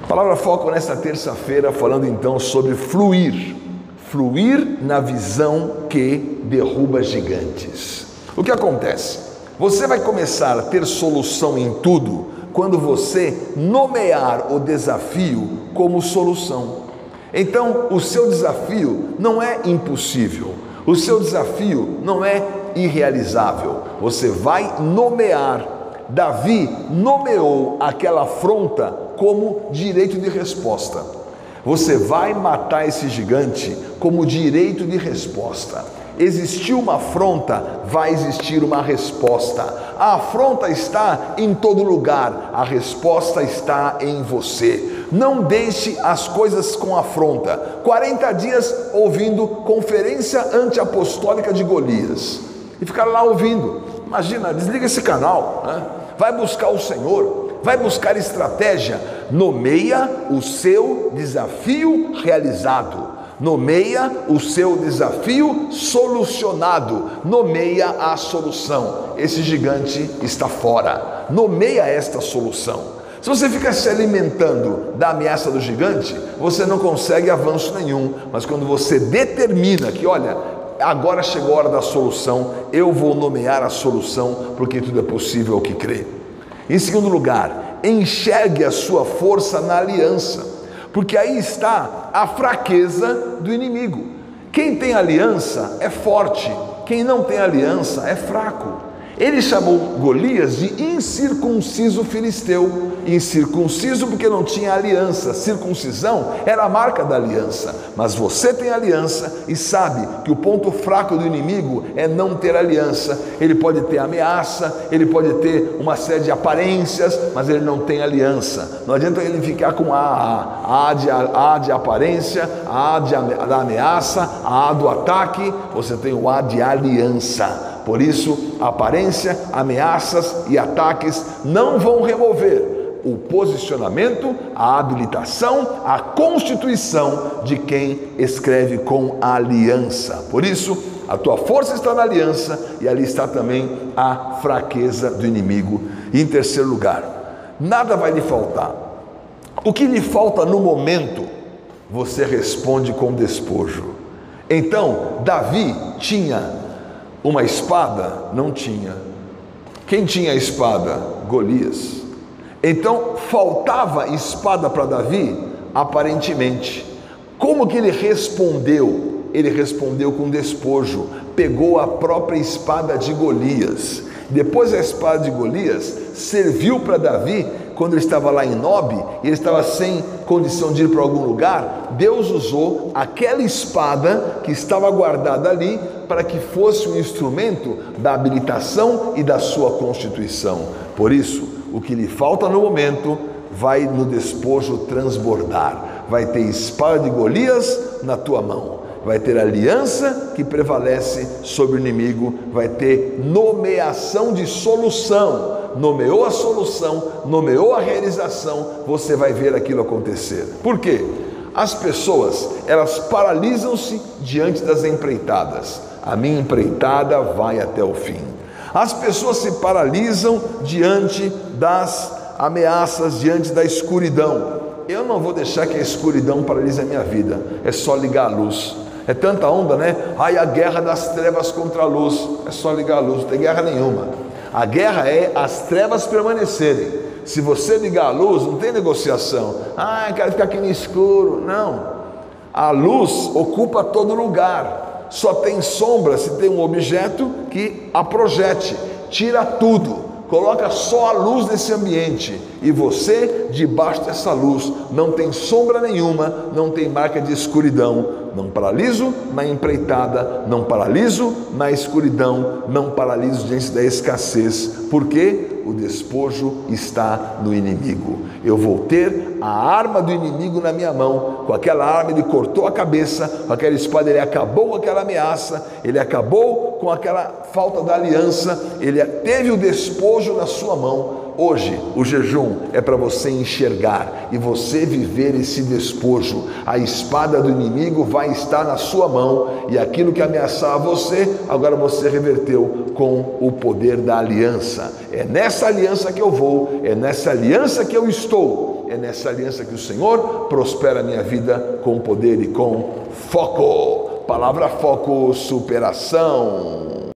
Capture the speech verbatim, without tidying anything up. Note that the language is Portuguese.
Palavra Foco nesta terça-feira, falando então sobre fluir. Fluir na visão que derruba gigantes. O que acontece? Você vai começar a ter solução em tudo quando você nomear o desafio como solução. Então, o seu desafio não é impossível, o seu desafio não é irrealizável. Você vai nomear. Davi nomeou aquela afronta como direito de resposta. Você vai matar esse gigante como direito de resposta. Existiu uma afronta, vai existir uma resposta. A afronta está em todo lugar, a resposta está em você. Não deixe as coisas com afronta. quarenta dias ouvindo conferência anti-apostólica de Golias. E ficar lá ouvindo. Imagina, desliga esse canal, né? Vai buscar o Senhor, vai buscar estratégia. Nomeia o seu desafio realizado. Nomeia o seu desafio solucionado. Nomeia a solução. Esse gigante está fora. Nomeia esta solução. Se você fica se alimentando da ameaça do gigante, você não consegue avanço nenhum. Mas quando você determina que, olha, agora chegou a hora da solução, eu vou nomear a solução, porque tudo é possível ao que crê. Em segundo lugar, enxergue a sua força na aliança, porque aí está a fraqueza do inimigo. Quem tem aliança é forte, quem não tem aliança é fraco. Ele chamou Golias de incircunciso filisteu. Incircunciso porque não tinha aliança. Circuncisão era a marca da aliança. Mas você tem aliança e sabe que o ponto fraco do inimigo é não ter aliança. Ele pode ter ameaça, ele pode ter uma série de aparências, mas ele não tem aliança. Não adianta ele ficar com a A, a de, a de aparência, a A de, da ameaça, a A do ataque. Você tem o A de aliança. Por isso, aparência, ameaças e ataques não vão remover o posicionamento, a habilitação, a constituição de quem escreve com aliança. Por isso, a tua força está na aliança e ali está também a fraqueza do inimigo. E em terceiro lugar, nada vai lhe faltar. O que lhe falta no momento, você responde com despojo. Então, Davi tinha uma espada? Não tinha. Quem tinha a espada? Golias. Então faltava espada para Davi? Aparentemente. Como que ele respondeu? Ele respondeu com despojo. Pegou a própria espada de Golias. Depois a espada de Golias serviu para Davi. Quando ele estava lá em Nob, ele estava sem condição de ir para algum lugar, Deus usou aquela espada que estava guardada ali para que fosse um instrumento da habilitação e da sua constituição. Por isso, o que lhe falta no momento vai no despojo transbordar. Vai ter espada de Golias na tua mão. Vai ter aliança que prevalece sobre o inimigo. Vai ter nomeação de solução. Nomeou a solução, nomeou a realização, você vai ver aquilo acontecer. Por quê? As pessoas, elas paralisam-se diante das empreitadas. A minha empreitada vai até o fim. As pessoas se paralisam diante das ameaças, diante da escuridão. Eu não vou deixar que a escuridão paralise a minha vida, é só ligar a luz. É tanta onda, né? Ai, a guerra das trevas contra a luz. É só ligar a luz, não tem guerra nenhuma. A guerra é as trevas permanecerem. Se você ligar a luz, não tem negociação. Ah, eu quero ficar aqui no escuro. Não. A luz ocupa todo lugar. Só tem sombra se tem um objeto que a projete. Tira tudo. Coloca só a luz nesse ambiente. E você, debaixo dessa luz, não tem sombra nenhuma, não tem marca de escuridão. Não paraliso na empreitada, não paraliso na escuridão, não paraliso diante da escassez, porque o despojo está no inimigo. Eu vou ter a arma do inimigo na minha mão. Com aquela arma ele cortou a cabeça, com aquela espada ele acabou com aquela ameaça, ele acabou com aquela falta da aliança, ele teve o despojo na sua mão. Hoje, o jejum é para você enxergar e você viver esse despojo. A espada do inimigo vai estar na sua mão e aquilo que ameaçava você, agora você reverteu com o poder da aliança. É nessa aliança que eu vou, é nessa aliança que eu estou. É nessa aliança que o Senhor prospera a minha vida com poder e com foco. Palavra foco, superação.